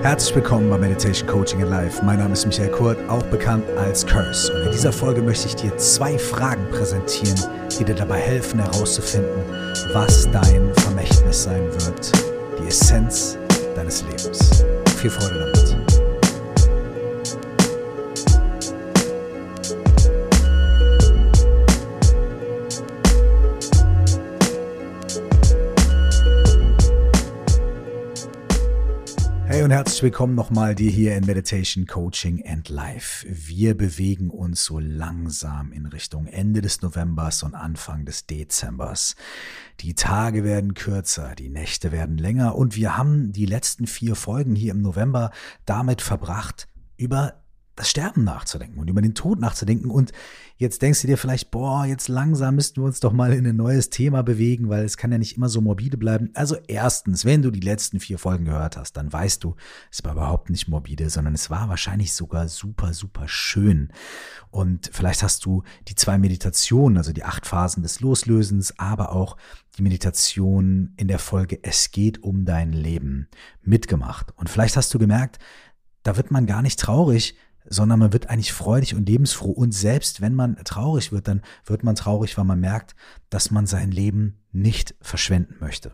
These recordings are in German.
Herzlich willkommen bei Meditation Coaching in Life. Mein Name ist Michael Kurt, auch bekannt als Curse. Und in dieser Folge möchte ich dir 2 Fragen präsentieren, die dir dabei helfen herauszufinden, was dein Vermächtnis sein wird. Die Essenz deines Lebens. Viel Freude damit. Hey und herzlich willkommen nochmal dir hier in Meditation Coaching and Life. Wir bewegen uns so langsam in Richtung Ende des Novembers und Anfang des Dezembers. Die Tage werden kürzer, die Nächte werden länger und wir haben die letzten 4 Folgen hier im November damit verbracht, über das Sterben nachzudenken und über den Tod nachzudenken. Und jetzt denkst du dir vielleicht, jetzt langsam müssten wir uns doch mal in ein neues Thema bewegen, weil es kann ja nicht immer so morbide bleiben. Also erstens, wenn du die letzten 4 Folgen gehört hast, dann weißt du, es war überhaupt nicht morbide, sondern es war wahrscheinlich sogar super, super schön. Und vielleicht hast du die 2 Meditationen, also die 8 Phasen des Loslösens, aber auch die Meditation in der Folge Es geht um dein Leben mitgemacht. Und vielleicht hast du gemerkt, da wird man gar nicht traurig, sondern man wird eigentlich freudig und lebensfroh. Und selbst wenn man traurig wird, dann wird man traurig, weil man merkt, dass man sein Leben nicht verschwenden möchte.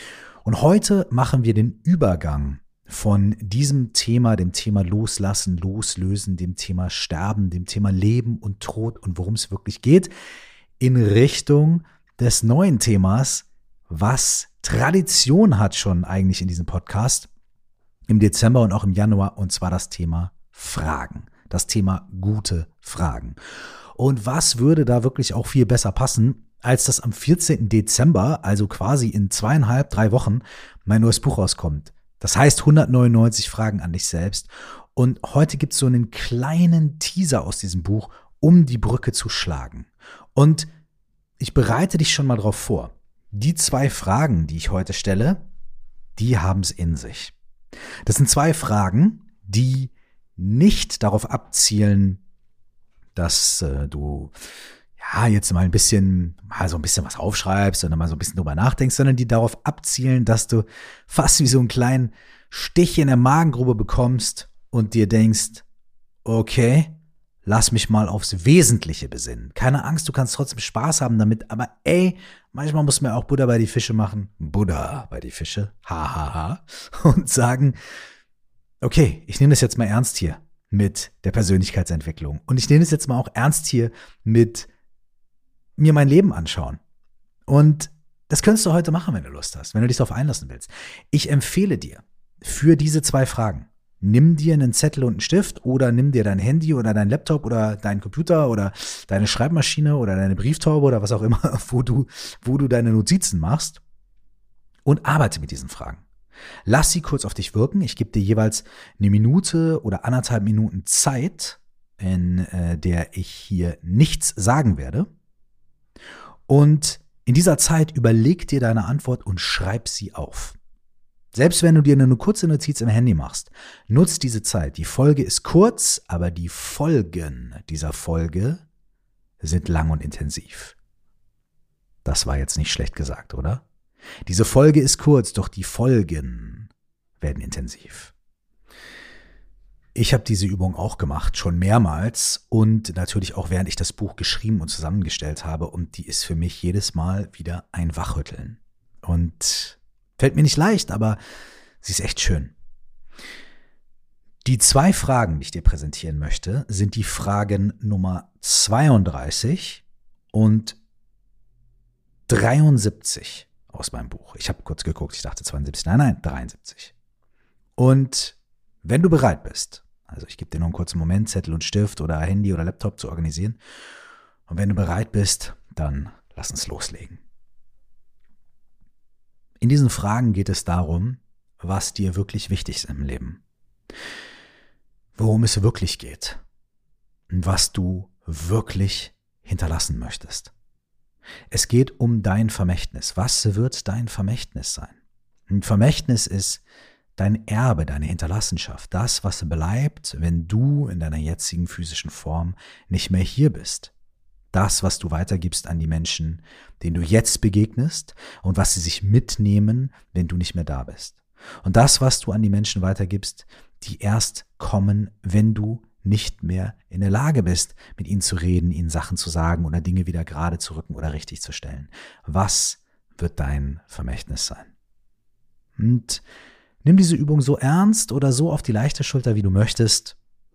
Und heute machen wir den Übergang von diesem Thema, dem Thema Loslassen, Loslösen, dem Thema Sterben, dem Thema Leben und Tod und worum es wirklich geht, in Richtung des neuen Themas, was Tradition hat schon eigentlich in diesem Podcast im Dezember und auch im Januar, und zwar das Thema Fragen, das Thema gute Fragen. Und was würde da wirklich auch viel besser passen, als dass am 14. Dezember, also quasi in 2,5, 3 Wochen, mein neues Buch rauskommt. Das heißt 199 Fragen an dich selbst. Und heute gibt es so einen kleinen Teaser aus diesem Buch, um die Brücke zu schlagen. Und ich bereite dich schon mal drauf vor. Die 2 Fragen, die ich heute stelle, die haben es in sich. Das sind 2 Fragen, die nicht darauf abzielen, dass du jetzt mal so ein bisschen was aufschreibst oder mal so ein bisschen drüber nachdenkst, sondern die darauf abzielen, dass du fast wie so einen kleinen Stich in der Magengrube bekommst und dir denkst, okay, lass mich mal aufs Wesentliche besinnen. Keine Angst, du kannst trotzdem Spaß haben damit, aber manchmal muss man auch Buddha bei die Fische machen, und sagen, okay, ich nehme das jetzt mal ernst hier mit der Persönlichkeitsentwicklung. Und ich nehme es jetzt mal auch ernst hier mit mir mein Leben anschauen. Und das könntest du heute machen, wenn du Lust hast, wenn du dich darauf einlassen willst. Ich empfehle dir für diese 2 Fragen, nimm dir einen Zettel und einen Stift oder nimm dir dein Handy oder dein Laptop oder deinen Computer oder deine Schreibmaschine oder deine Brieftaube oder was auch immer, wo du deine Notizen machst und arbeite mit diesen Fragen. Lass sie kurz auf dich wirken. Ich gebe dir jeweils 1 Minute oder 1,5 Minuten Zeit, in der ich hier nichts sagen werde. Und in dieser Zeit überleg dir deine Antwort und schreib sie auf. Selbst wenn du dir eine kurze Notiz im Handy machst, nutz diese Zeit. Die Folge ist kurz, aber die Folgen dieser Folge sind lang und intensiv. Das war jetzt nicht schlecht gesagt, oder? Diese Folge ist kurz, doch die Folgen werden intensiv. Ich habe diese Übung auch gemacht, schon mehrmals und natürlich auch während ich das Buch geschrieben und zusammengestellt habe, und die ist für mich jedes Mal wieder ein Wachrütteln. Und fällt mir nicht leicht, aber sie ist echt schön. Die 2 Fragen, die ich dir präsentieren möchte, sind die Fragen Nummer 32 und 73. Aus meinem Buch. Ich habe kurz geguckt, ich dachte 72, nein, 73. Und wenn du bereit bist, also ich gebe dir noch einen kurzen Moment, Zettel und Stift oder Handy oder Laptop zu organisieren, und wenn du bereit bist, dann lass uns loslegen. In diesen Fragen geht es darum, was dir wirklich wichtig ist im Leben, worum es wirklich geht und was du wirklich hinterlassen möchtest. Es geht um dein Vermächtnis. Was wird dein Vermächtnis sein? Ein Vermächtnis ist dein Erbe, deine Hinterlassenschaft, das, was bleibt, wenn du in deiner jetzigen physischen Form nicht mehr hier bist. Das, was du weitergibst an die Menschen, denen du jetzt begegnest und was sie sich mitnehmen, wenn du nicht mehr da bist. Und das, was du an die Menschen weitergibst, die erst kommen, wenn du nicht mehr in der Lage bist, mit ihnen zu reden, ihnen Sachen zu sagen oder Dinge wieder gerade zu rücken oder richtig zu stellen. Was wird dein Vermächtnis sein? Und nimm diese Übung so ernst oder so auf die leichte Schulter, wie du möchtest.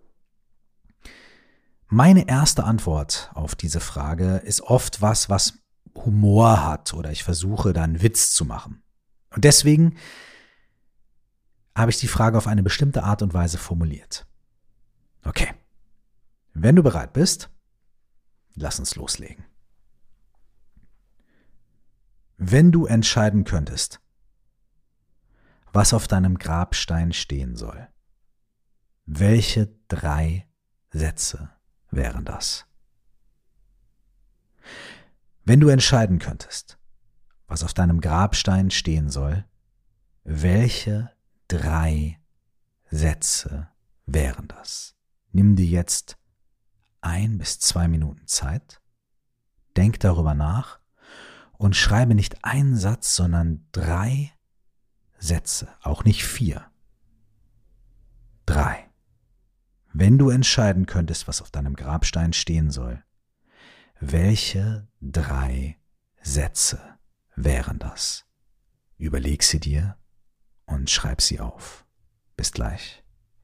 Meine erste Antwort auf diese Frage ist oft was Humor hat, oder ich versuche da einen Witz zu machen. Und deswegen habe ich die Frage auf eine bestimmte Art und Weise formuliert. Okay, wenn du bereit bist, lass uns loslegen. Wenn du entscheiden könntest, was auf deinem Grabstein stehen soll, welche 3 Sätze wären das? Wenn du entscheiden könntest, was auf deinem Grabstein stehen soll, welche 3 Sätze wären das? Nimm dir jetzt 1 bis 2 Minuten Zeit, denk darüber nach und schreibe nicht einen Satz, sondern 3 Sätze, auch nicht 4. 3. Wenn du entscheiden könntest, was auf deinem Grabstein stehen soll, welche 3 Sätze wären das? Überleg sie dir und schreib sie auf. Bis gleich.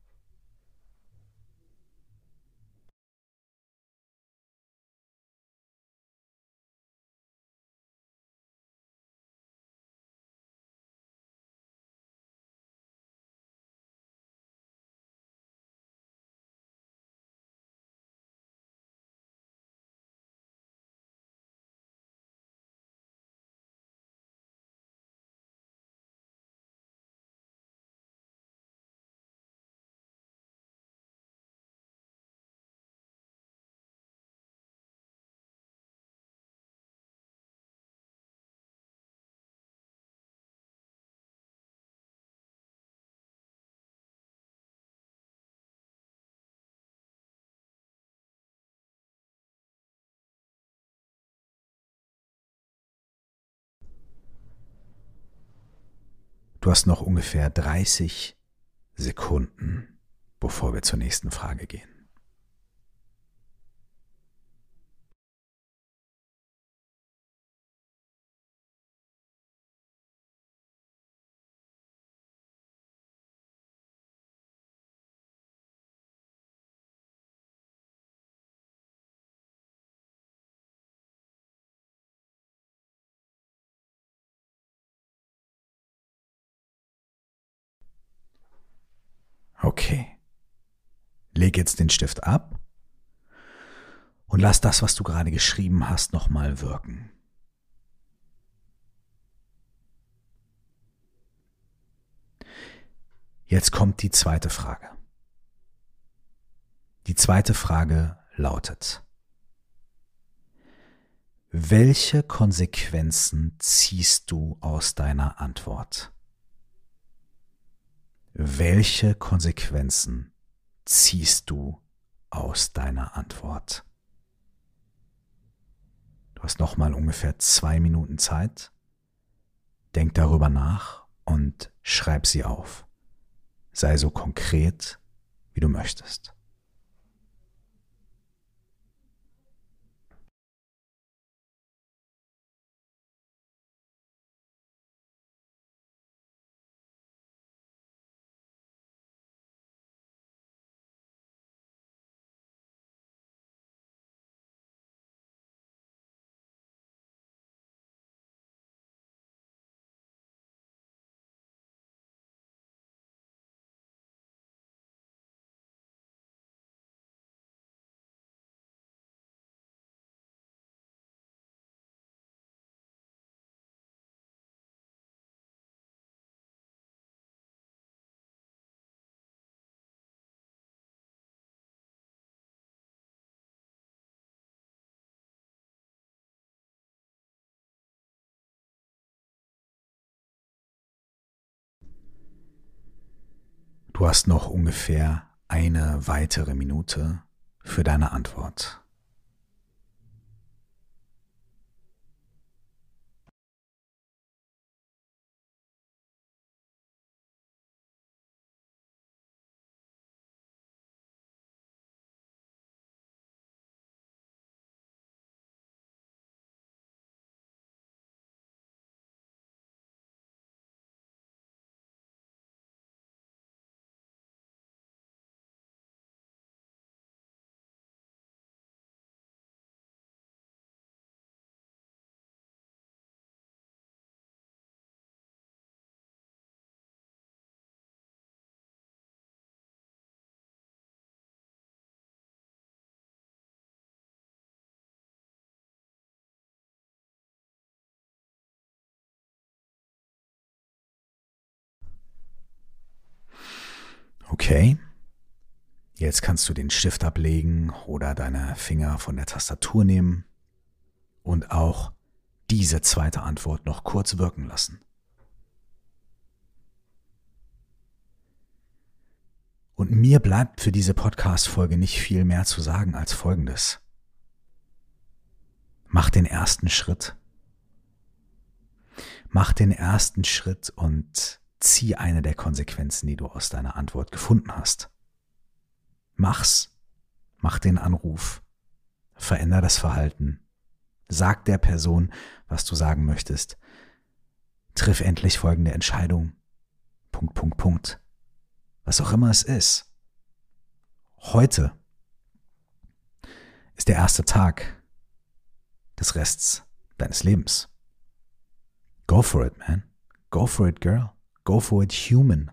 Du hast noch ungefähr 30 Sekunden, bevor wir zur nächsten Frage gehen. Okay, leg jetzt den Stift ab und lass das, was du gerade geschrieben hast, nochmal wirken. Jetzt kommt die zweite Frage. Die zweite Frage lautet: Welche Konsequenzen ziehst du aus deiner Antwort? Welche Konsequenzen ziehst du aus deiner Antwort? Du hast nochmal ungefähr 2 Minuten Zeit. Denk darüber nach und schreib sie auf. Sei so konkret, wie du möchtest. Du hast noch ungefähr eine weitere Minute für deine Antwort. Okay, jetzt kannst du den Stift ablegen oder deine Finger von der Tastatur nehmen und auch diese zweite Antwort noch kurz wirken lassen. Und mir bleibt für diese Podcast-Folge nicht viel mehr zu sagen als Folgendes. Mach den ersten Schritt. Mach den ersten Schritt und zieh eine der Konsequenzen, die du aus deiner Antwort gefunden hast. Mach's. Mach den Anruf. Veränder das Verhalten. Sag der Person, was du sagen möchtest. Triff endlich folgende Entscheidung. ... Was auch immer es ist. Heute ist der erste Tag des Rests deines Lebens. Go for it, man. Go for it, girl. Go for it, human.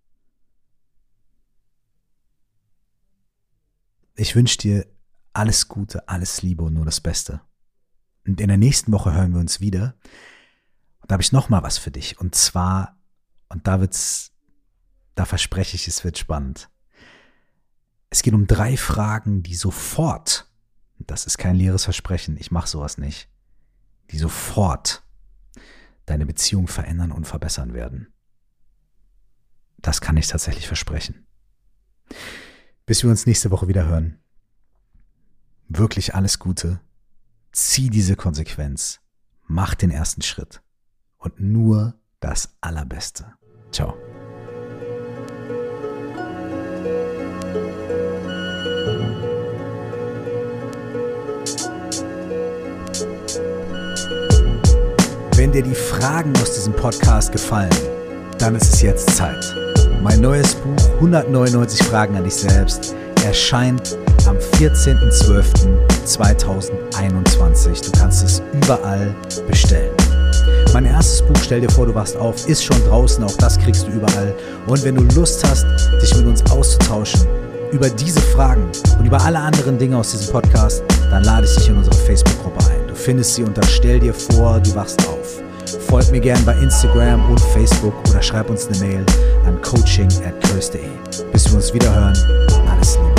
Ich wünsche dir alles Gute, alles Liebe und nur das Beste. Und in der nächsten Woche hören wir uns wieder. Und da habe ich noch mal was für dich. Und zwar, und da verspreche ich, es wird spannend. Es geht um 3 Fragen, die sofort, das ist kein leeres Versprechen, ich mache sowas nicht, die sofort deine Beziehung verändern und verbessern werden. Das kann ich tatsächlich versprechen. Bis wir uns nächste Woche wieder hören. Wirklich alles Gute. Zieh diese Konsequenz. Mach den ersten Schritt. Und nur das Allerbeste. Ciao. Wenn dir die Fragen aus diesem Podcast gefallen, dann ist es jetzt Zeit. Mein neues Buch 199 Fragen an dich selbst erscheint am 14.12.2021. Du kannst es überall bestellen. Mein erstes Buch, Stell dir vor, du wachst auf, ist schon draußen. Auch das kriegst du überall. Und wenn du Lust hast, dich mit uns auszutauschen über diese Fragen und über alle anderen Dinge aus diesem Podcast, dann lade ich dich in unsere Facebook-Gruppe ein. Du findest sie unter Stell dir vor, du wachst auf. Folg mir gern bei Instagram und Facebook oder schreib uns eine Mail an coaching@curse.de. Bis wir uns wieder hören, alles Liebe.